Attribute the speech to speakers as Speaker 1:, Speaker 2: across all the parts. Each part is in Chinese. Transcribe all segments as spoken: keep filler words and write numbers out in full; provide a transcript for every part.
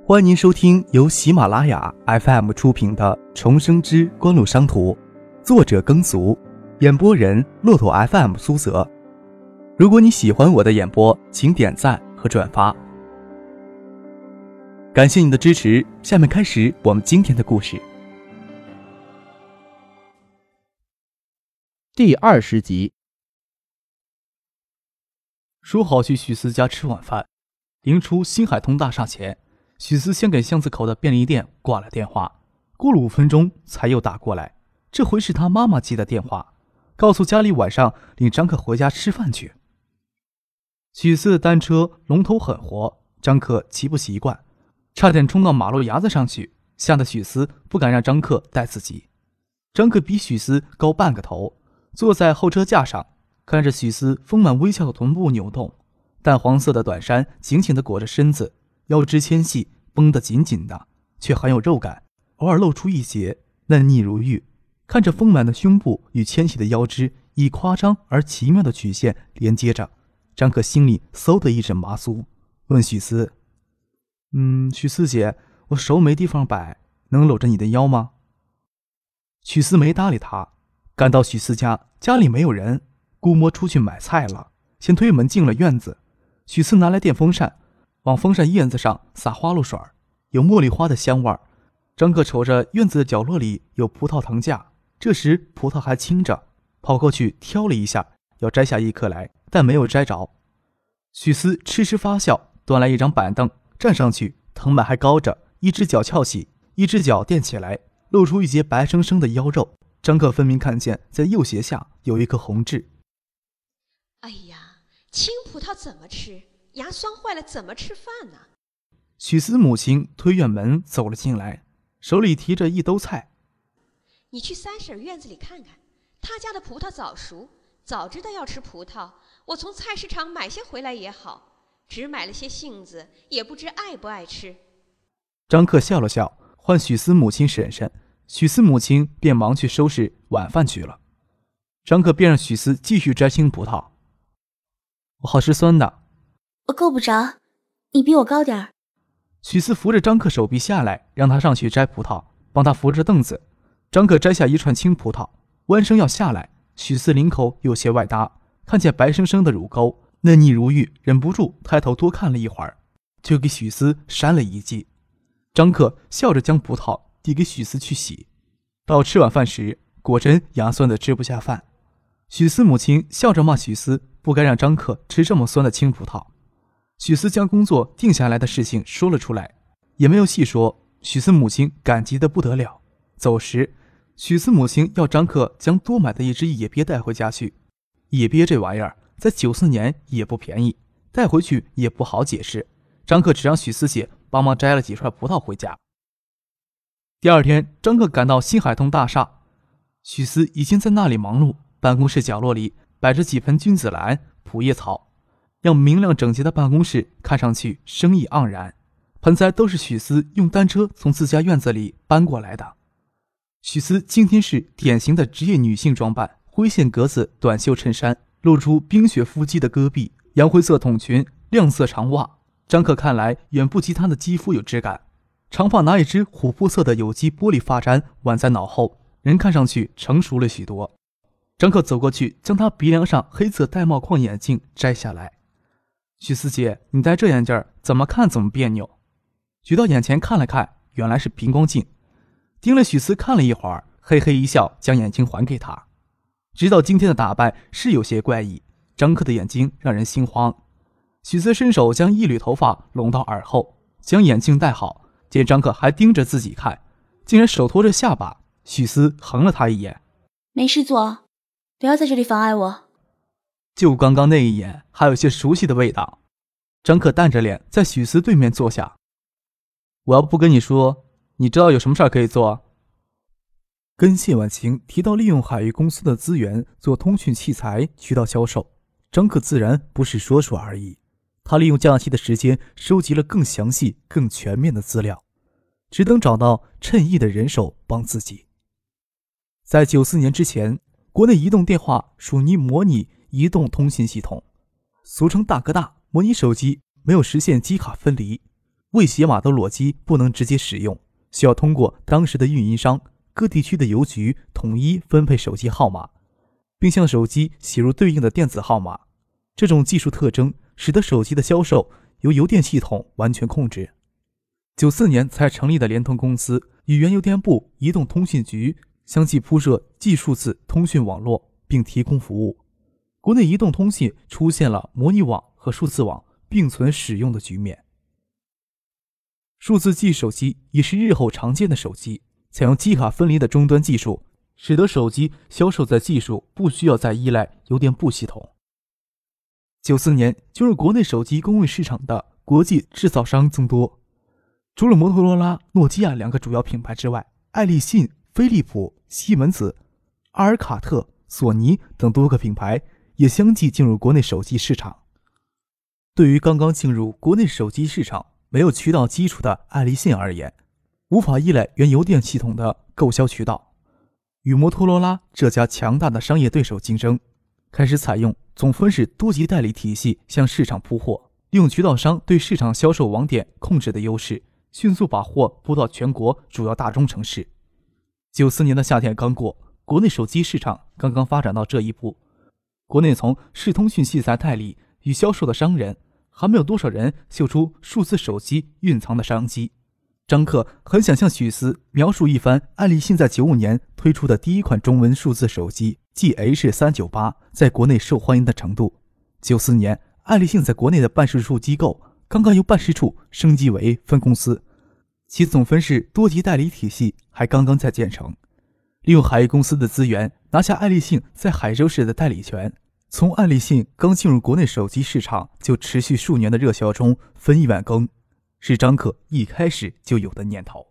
Speaker 1: 欢迎您收听由喜马拉雅 F M 出品的《重生之官路商途》，作者耕俗，演播人骆驼 F M 苏泽。如果你喜欢我的演播，请点赞和转发，感谢你的支持。下面开始我们今天的故事。
Speaker 2: 第二十集。
Speaker 1: 说好去许思家吃晚饭，临出新海通大厦前，许思先给巷子口的便利店挂了电话，过了五分钟才又打过来。这回是他妈妈接的电话，告诉家里晚上领张克回家吃饭去。许思的单车龙头很活，张克骑不习惯，差点冲到马路牙子上去，吓得许思不敢让张克带自己。张克比许思高半个头，坐在后车架上，看着许思丰满微笑的臀部扭动，淡黄色的短衫紧紧地裹着身子，腰肢纤细，绷得紧紧的，却很有肉感，偶尔露出一截，嫩腻如玉。看着丰满的胸部与纤细的腰肢以夸张而奇妙的曲线连接着，张克心里嗖的一阵麻酥，问许思：嗯，许思姐，我手没地方摆，能搂着你的腰吗？许思没搭理他。赶到许思家，家里没有人，姑嬷出去买菜了，先推门进了院子。许思拿来电风扇，往风扇叶子上撒花露水，有茉莉花的香味儿。张克瞅着院子的角落里有葡萄藤架，这时葡萄还青着，跑过去挑了一下，要摘下一颗来，但没有摘着。许思痴痴发笑，端来一张板凳，站上去，藤蔓还高着，一只脚翘起，一只脚垫起来，露出一截白生生的腰肉。张克分明看见在右鞋下有一颗红痣。
Speaker 3: 哎呀，青葡萄怎么吃？牙酸坏了怎么吃饭呢？
Speaker 1: 许思母亲推院门走了进来，手里提着一兜菜。
Speaker 3: 你去三婶院子里看看，她家的葡萄早熟，早知道要吃葡萄，我从菜市场买些回来也好，只买了些杏子，也不知爱不爱吃。
Speaker 1: 张克笑了笑，唤许思母亲婶婶，许思母亲便忙去收拾晚饭去了。张克便让许思继续摘青葡萄。我好吃酸的。
Speaker 4: 我够不着，你比我高点儿。
Speaker 1: 许思扶着张克手臂下来，让他上去摘葡萄，帮他扶着凳子。张克摘下一串青葡萄，弯身要下来，许思领口有些外搭，看见白生生的乳沟，嫩腻如玉，忍不住抬头多看了一会儿，就给许思扇了一记。张克笑着将葡萄递给许思去洗。到吃晚饭时，果真牙酸的吃不下饭。许思母亲笑着骂许思不该让张克吃这么酸的青葡萄。许思将工作定下来的事情说了出来，也没有细说。许思母亲感激得不得了。走时，许思母亲要张克将多买的一只野鳖带回家去。野鳖这玩意儿在九四年也不便宜，带回去也不好解释。张克只让许思姐帮忙摘了几串葡萄回家。第二天，张克赶到新海通大厦，许思已经在那里忙碌。办公室角落里摆着几盆君子兰、蒲叶草，让明亮整洁的办公室看上去生意盎然。盆栽都是许思用单车从自家院子里搬过来的。许思今天是典型的职业女性装扮，灰线格子短袖衬衫，露出冰雪腹肌的戈壁，洋灰色筒裙，亮色长袜。张克看来远不及她的肌肤有质感，长发拿一只琥珀色的有机玻璃发簪挽在脑后，人看上去成熟了许多。张克走过去，将他鼻梁上黑色玳瑁框眼镜摘下来。许思姐，你戴这眼镜怎么看怎么别扭。举到眼前看了看，原来是平光镜。盯了许思看了一会儿，嘿嘿一笑，将眼镜还给他。知道今天的打扮是有些怪异，张克的眼睛让人心慌。许思伸手将一缕头发拢到耳后，将眼镜戴好，见张克还盯着自己看，竟然手托着下巴。许思横了他一眼：
Speaker 4: 没事做，不要在这里妨碍我。
Speaker 1: 就刚刚那一眼还有些熟悉的味道。张克淡着脸在许思对面坐下。我要不跟你说，你知道有什么事儿可以做？跟谢婉晴提到利用海域公司的资源做通讯器材渠道销售，张克自然不是说说而已。他利用假期的时间收集了更详细更全面的资料，只等找到称意的人手帮自己。在九四年之前，国内移动电话属于模拟移动通信系统，俗称大哥大，模拟手机没有实现机卡分离。 未写码的裸机不能直接使用，需要通过当时的运营商、各地区的邮局统一分配手机号码，并向手机写入对应的电子号码。这种技术特征使得手机的销售由邮电系统完全控制。九四年才成立的联通公司与原邮电部移动通信局相继铺设技数字通讯网络，并提供服务。国内移动通信出现了模拟网和数字网并存使用的局面。数字记手机也是日后常见的手机，采用机卡分离的终端技术，使得手机销售在技术不需要再依赖邮电部系统。九四年进入国内手机公用市场的国际制造商增多，除了摩托罗拉、诺基亚两个主要品牌之外，爱立信、飞利浦、西门子、阿尔卡特、索尼等多个品牌也相继进入国内手机市场。对于刚刚进入国内手机市场没有渠道基础的爱立信而言，无法依赖原邮电系统的购销渠道，与摩托罗拉这家强大的商业对手竞争，开始采用总分式多级代理体系向市场铺货，利用渠道商对市场销售网点控制的优势，迅速把货铺到全国主要大中城市。九四年的夏天刚过，国内手机市场刚刚发展到这一步，国内从视通讯器材代理与销售的商人，还没有多少人嗅出数字手机蕴藏的商机。张克很想向许思描述一番爱立信在九五年推出的第一款中文数字手机 G H 三九八 在国内受欢迎的程度。九四年，爱立信在国内的办事处机构刚刚由办事处升级为分公司，其总分式多级代理体系还刚刚在建成。利用海域公司的资源，拿下爱立信在海州市的代理权，从爱立信刚进入国内手机市场就持续数年的热销中分一碗羹，是张克一开始就有的念头。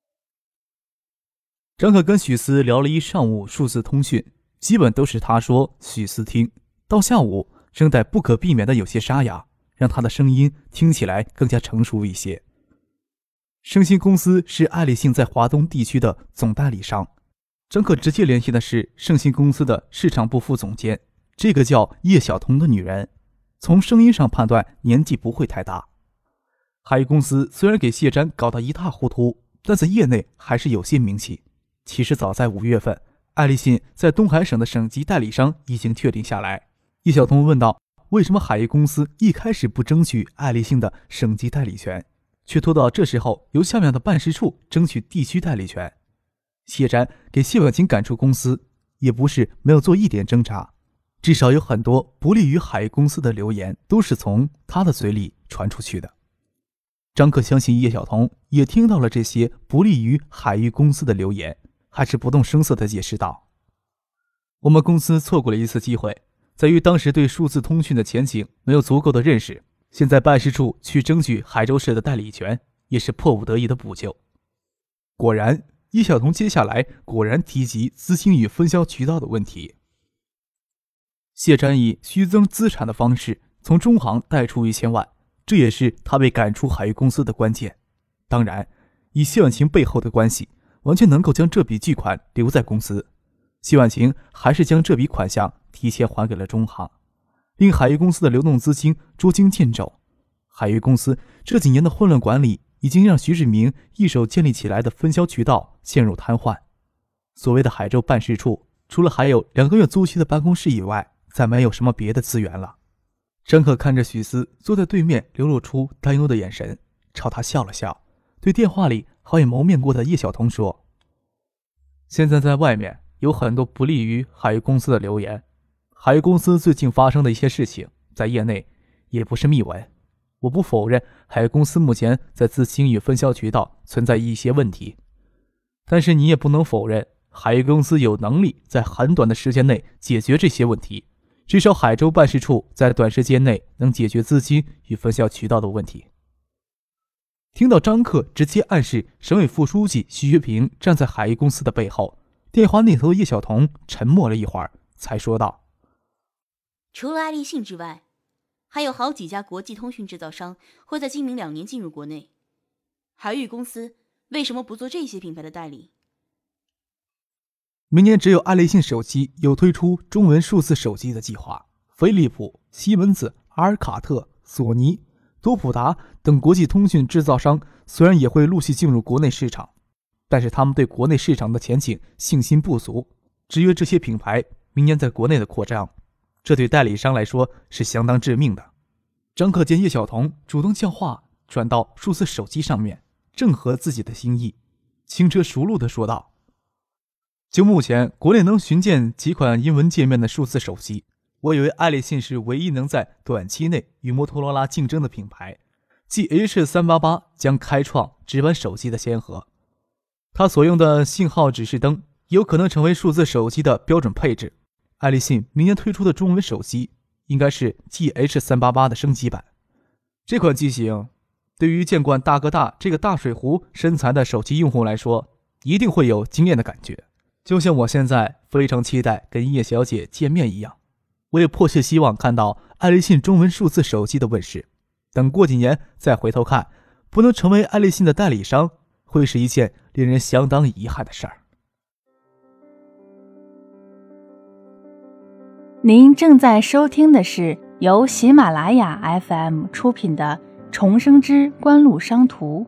Speaker 1: 张克跟许思聊了一上午数字通讯，基本都是他说许思听，到下午声带不可避免的有些沙哑，让他的声音听起来更加成熟一些。盛兴公司是爱立信在华东地区的总代理商，张克直接联系的是盛兴公司的市场部副总监，这个叫叶晓彤的女人，从声音上判断年纪不会太大。海域公司虽然给谢瞻搞得一塌糊涂，但在业内还是有些名气。其实早在五月份，爱立信在东海省的省级代理商已经确定下来。叶晓彤问道，为什么海域公司一开始不争取爱立信的省级代理权，却拖到这时候由下面的办事处争取地区代理权？谢瞻给谢婉晴赶出公司，也不是没有做一点挣扎，至少有很多不利于海域公司的流言都是从他的嘴里传出去的。张克相信叶晓彤也听到了这些不利于海域公司的流言，还是不动声色地解释道，我们公司错过了一次机会，在于当时对数字通讯的前景没有足够的认识，现在办事处去争取海州市的代理权，也是迫不得已的补救。果然，叶晓彤接下来果然提及资金与分销渠道的问题。谢瞻以虚增资产的方式从中行贷出一千万，这也是他被赶出海域公司的关键。当然，以谢婉晴背后的关系，完全能够将这笔巨款留在公司。谢婉晴还是将这笔款项提前还给了中行，令海域公司的流动资金捉襟见肘。海域公司这几年的混乱管理，已经让徐志明一手建立起来的分销渠道陷入瘫痪。所谓的海州办事处，除了还有两个月租期的办公室以外，再没有什么别的资源了。张克看着许思坐在对面，流露出担忧的眼神，朝他笑了笑，对电话里好也谋面过的叶晓彤说，现在在外面有很多不利于海域公司的流言，海域公司最近发生的一些事情在业内也不是秘闻，我不否认海域公司目前在资金与分销渠道存在一些问题，但是你也不能否认海域公司有能力在很短的时间内解决这些问题，至少海州办事处在短时间内能解决资金与分销渠道的问题。听到张克直接暗示省委副书记徐学平站在海域公司的背后，电话那头的叶晓彤沉默了一会儿，才说道，
Speaker 4: 除了爱立信之外，还有好几家国际通讯制造商会在今明两年进入国内，海域公司为什么不做这些品牌的代理？
Speaker 1: 明年只有爱立信手机有推出中文数字手机的计划，飞利浦、西门子、阿尔卡特、索尼多普达等国际通讯制造商虽然也会陆续进入国内市场，但是他们对国内市场的前景信心不足，制约这些品牌明年在国内的扩张，这对代理商来说是相当致命的。张克见叶晓彤主动将话转到数字手机上面，正合自己的心意，轻车熟路地说道：就目前国内能寻见几款英文界面的数字手机，我以为爱立信是唯一能在短期内与摩托罗拉竞争的品牌，继 H 三八八 将开创直板手机的先河。它所用的信号指示灯有可能成为数字手机的标准配置。爱立信明年推出的中文手机应该是 G H 三八八 的升级版。这款机型对于见惯大哥大这个大水壶身材的手机用户来说，一定会有惊艳的感觉，就像我现在非常期待跟叶小姐见面一样。我也迫切希望看到爱立信中文数字手机的问世，等过几年再回头看，不能成为爱立信的代理商，会是一件令人相当遗憾的事儿。
Speaker 2: 您正在收听的是由喜马拉雅 F M 出品的《重生之官路商途》。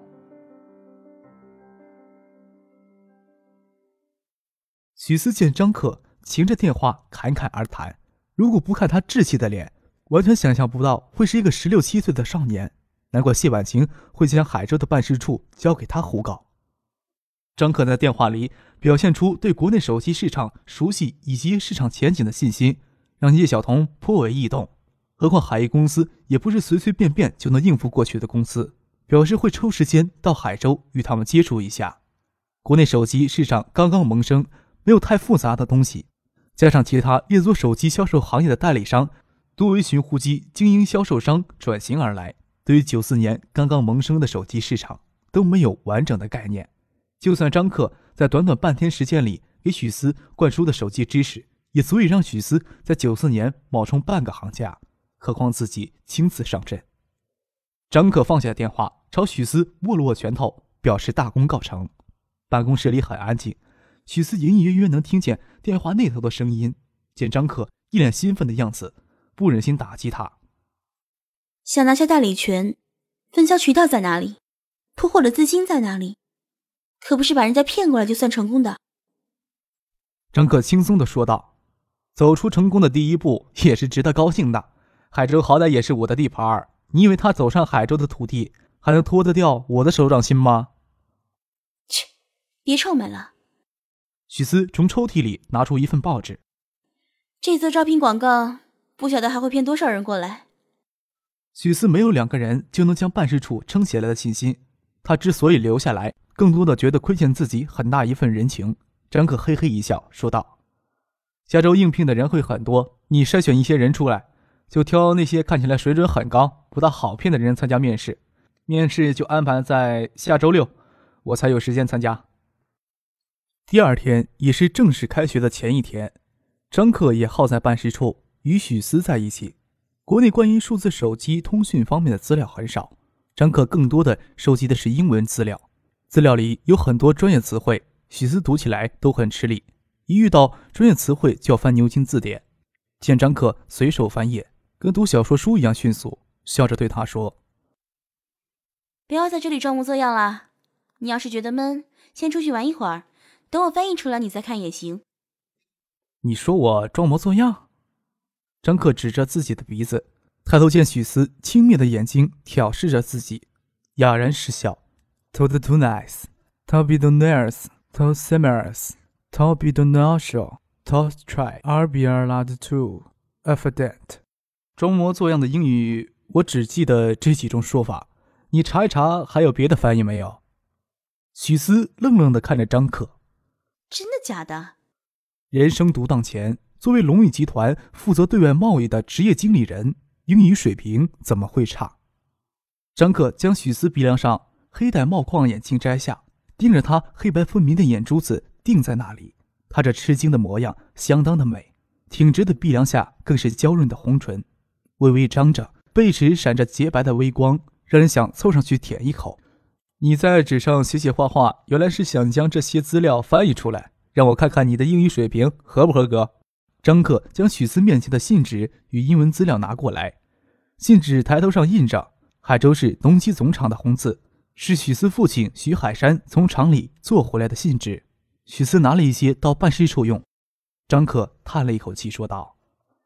Speaker 1: 许思见张克擎着电话侃侃而谈，如果不看他稚气的脸，完全想象不到会是一个十六七岁的少年，难怪谢婉晴会将海州的办事处交给他胡搞。张克在电话里表现出对国内手机市场熟悉以及市场前景的信心，让叶晓彤颇为异动。何况海翼公司也不是随随便便就能应付过去的公司，表示会抽时间到海州与他们接触一下。国内手机市场刚刚萌生，没有太复杂的东西，加上其他越做手机销售行业的代理商多为寻呼机经营销售商转型而来，对于九四年刚刚萌生的手机市场都没有完整的概念。就算张克在短短半天时间里给许思灌输的手机知识，也足以让许思在九四年冒充半个行家，何况自己亲自上阵。张克放下电话，朝许思握了握拳头，表示大功告成。办公室里很安静，许思隐隐约约能听见电话那头的声音。见张克一脸兴奋的样子，不忍心打击他。
Speaker 4: 想拿下代理权，分销渠道在哪里？铺货的资金在哪里？可不是把人家骗过来就算成功的。
Speaker 1: 张克轻松地说道，走出成功的第一步也是值得高兴的。海州好歹也是我的地盘，你以为他走上海州的土地还能脱得掉我的手掌心吗？
Speaker 4: 切，别臭美了。
Speaker 1: 许思从抽屉里拿出一份报纸，
Speaker 4: 这则招聘广告不晓得还会骗多少人过来。
Speaker 1: 许思没有两个人就能将办事处撑起来的信心，他之所以留下来，更多的觉得亏欠自己很大一份人情。张克嘿嘿一笑说道，下周应聘的人会很多，你筛选一些人出来，就挑那些看起来水准很高不大好骗的人参加面试，面试就安排在下周六，我才有时间参加。第二天也是正式开学的前一天，张克也耗在办事处与许思在一起。国内关于数字手机通讯方面的资料很少，张克更多的收集的是英文资料，资料里有很多专业词汇，许思读起来都很吃力，一遇到专业词汇就要翻牛津字典。见张克随手翻页，跟读小说书一样迅速，笑着对他说，
Speaker 4: 不要在这里装模作样啦，你要是觉得闷，先出去玩一会儿，等我翻译出来你再看也行。
Speaker 1: 你说我装模作样？张克指着自己的鼻子，抬头见许思轻蔑的眼睛挑视着自己，哑然失笑。Told too nice, Toby the nurse, to Semers, Toby the natural, to try, I'll be a lot too, evident。装模作样的英语，我只记得这几种说法，你查一查还有别的翻译没有？许思愣愣地看着张克。
Speaker 4: 真的假的？
Speaker 1: 人生独当前，作为龙宇集团负责对外贸易的职业经理人，英语水平怎么会差？张克将许思鼻梁上黑带帽框眼镜摘下，盯着他黑白分明的眼珠子定在那里。他这吃惊的模样相当的美，挺直的鼻梁下更是娇润的红唇，微微张着，背齿闪着洁白的微光，让人想凑上去舔一口。你在纸上写写画画，原来是想将这些资料翻译出来，让我看看你的英语水平合不合格。张克将许思面前的信纸与英文资料拿过来，信纸抬头上印着海州市农机总厂的红字，是许思父亲许海山从厂里做回来的信纸。许思拿了一些到办事处用。张克叹了一口气说道：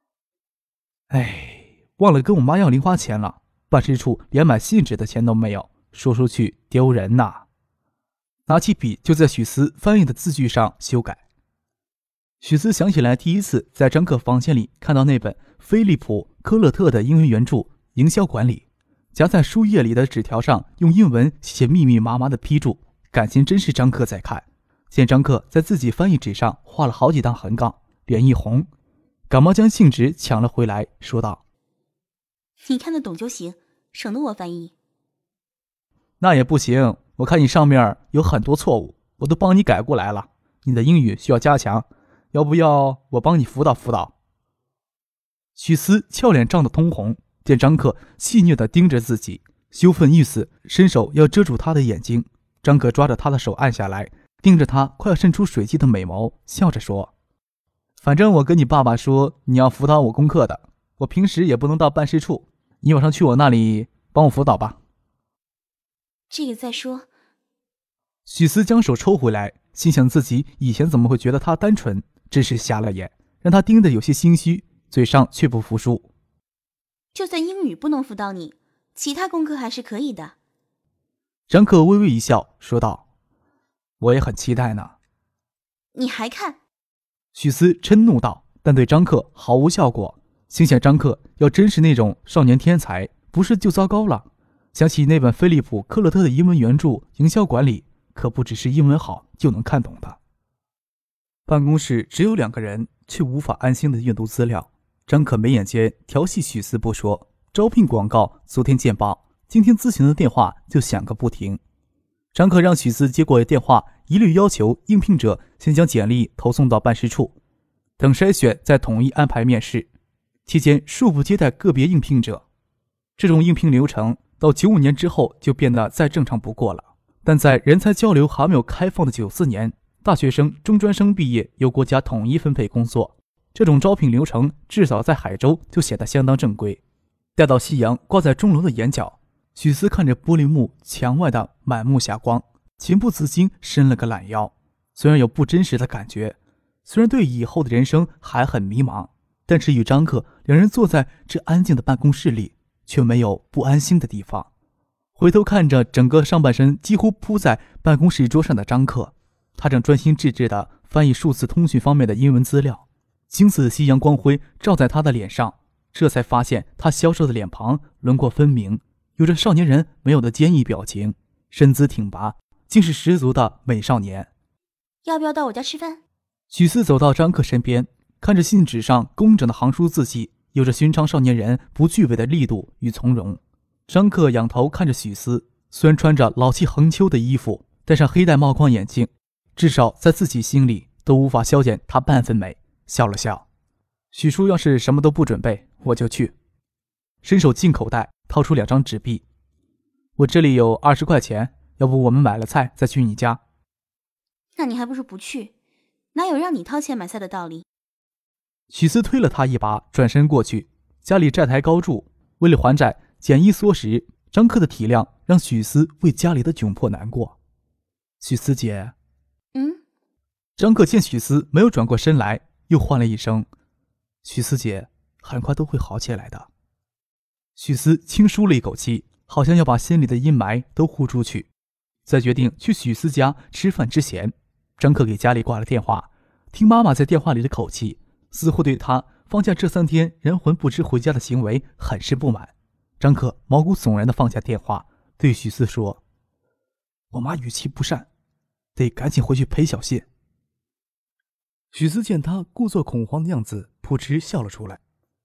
Speaker 1: 哎，忘了跟我妈要零花钱了，办事处连买信纸的钱都没有，说出去丢人呐。拿起笔就在许思翻译的字句上修改。许思想起来第一次在张克房间里看到那本菲利普·科勒特的英文原著《营销管理》，夹在书页里的纸条上用英文写密密麻麻的批注，感情真是张克在看。见张克在自己翻译纸上画了好几道横杠，脸一红，赶忙将信纸抢了回来，说道：
Speaker 4: 你看得懂就行，省得我翻译。
Speaker 1: 那也不行，我看你上面有很多错误，我都帮你改过来了，你的英语需要加强，要不要我帮你辅导辅导？许思俏脸涨得通红，见张克戏谑地盯着自己，羞愤欲死，伸手要遮住他的眼睛。张克抓着他的手按下来，盯着他快要渗出水迹的美眸，笑着说：反正我跟你爸爸说你要辅导我功课的，我平时也不能到办事处，你晚上去我那里帮我辅导吧。
Speaker 4: 这个再说。
Speaker 1: 许思将手抽回来，心想自己以前怎么会觉得他单纯，真是瞎了眼，让他盯得有些心虚，嘴上却不服输。
Speaker 4: 就算英语不能辅导你，其他功课还是可以的。
Speaker 1: 张克微微一笑说道：我也很期待呢。
Speaker 4: 你还看？
Speaker 1: 许思嗔怒道，但对张克毫无效果。心想张克要真是那种少年天才，不是就糟糕了。想起那本菲利普·科勒特的英文原著《营销管理》，可不只是英文好就能看懂的。办公室只有两个人，却无法安心地阅读资料。张可眉眼间调戏许思不说，招聘广告昨天见报，今天咨询的电话就响个不停。张可让许思接过电话，一律要求应聘者先将简历投送到办事处，等筛选再统一安排面试，期间恕不接待个别应聘者。这种应聘流程到九五年之后就变得再正常不过了，但在人才交流还没有开放的九四年，大学生、中专生毕业由国家统一分配工作，这种招聘流程至少在海州就显得相当正规。待到夕阳挂在钟楼的眼角，许思看着玻璃幕墙外的满目霞光，情不自禁伸了个懒腰。虽然有不真实的感觉，虽然对以后的人生还很迷茫，但是与张克两人坐在这安静的办公室里，却没有不安心的地方。回头看着整个上半身几乎扑在办公室桌上的张克，他正专心致志地翻译数字通讯方面的英文资料。金色的夕阳光辉照在他的脸上，这才发现他消瘦的脸庞轮廓分明，有着少年人没有的坚毅表情，身姿挺拔，竟是十足的美少年。
Speaker 4: 要不要到我家吃饭？
Speaker 1: 许思走到张克身边，看着信纸上工整的行书字迹，有着寻常少年人不具备的力度与从容。张克仰头看着许思，虽然穿着老气横秋的衣服，戴上黑带帽框眼镜，至少在自己心里都无法消减他半分美，笑了笑。许叔要是什么都不准备，我就去。伸手进口袋掏出两张纸币，我这里有二十块钱，要不我们买了菜再去你家。
Speaker 4: 那你还不如不去，哪有让你掏钱买菜的道理？
Speaker 1: 许思推了他一把，转身过去。家里债台高筑，为了还债简衣缩食，张克的体谅让许思为家里的窘迫难过。许思姐。
Speaker 4: 嗯。
Speaker 1: 张克见许思没有转过身来，又唤了一声：许思姐，很快都会好起来的。许思轻舒了一口气，好像要把心里的阴霾都呼出去。在决定去许思家吃饭之前，张克给家里挂了电话，听妈妈在电话里的口气，似乎对他放假这三天人魂不知回家的行为很是不满。张克毛骨悚然地放下电话，对许思说：我妈语气不善，得赶紧回去陪小谢。许思见他故作恐慌的样子，扑哧笑了出来。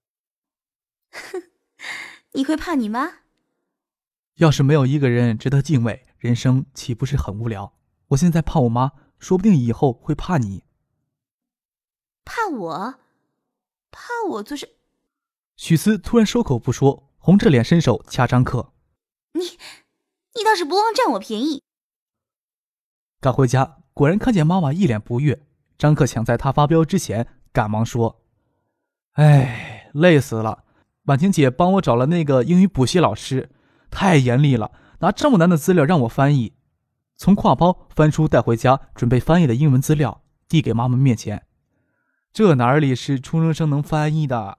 Speaker 4: 你会怕你妈？
Speaker 1: 要是没有一个人值得敬畏，人生岂不是很无聊？我现在怕我妈，说不定以后会怕你。
Speaker 4: 怕我？怕我做什？
Speaker 1: 许思突然收口不说，红着脸伸手掐张克。
Speaker 4: 你，你倒是不忘占我便宜。
Speaker 1: 赶回家，果然看见妈妈一脸不悦。张克抢在他发飙之前，赶忙说：哎，累死了。婉婷姐帮我找了那个英语补习老师， 太严厉了，拿这么难的资料让我翻译。从挎包翻出带回家准备翻译的英文资料，递给妈妈面前。这哪里是初中生能翻译的？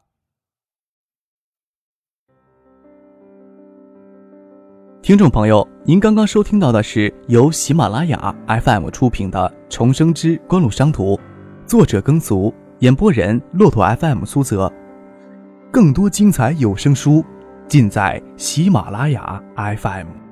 Speaker 1: 听众朋友，您刚刚收听到的是由喜马拉雅 F M 出品的《重生之官路商途》，作者耕俗，演播人骆驼 F M 苏泽。更多精彩有声书尽在喜马拉雅 F M。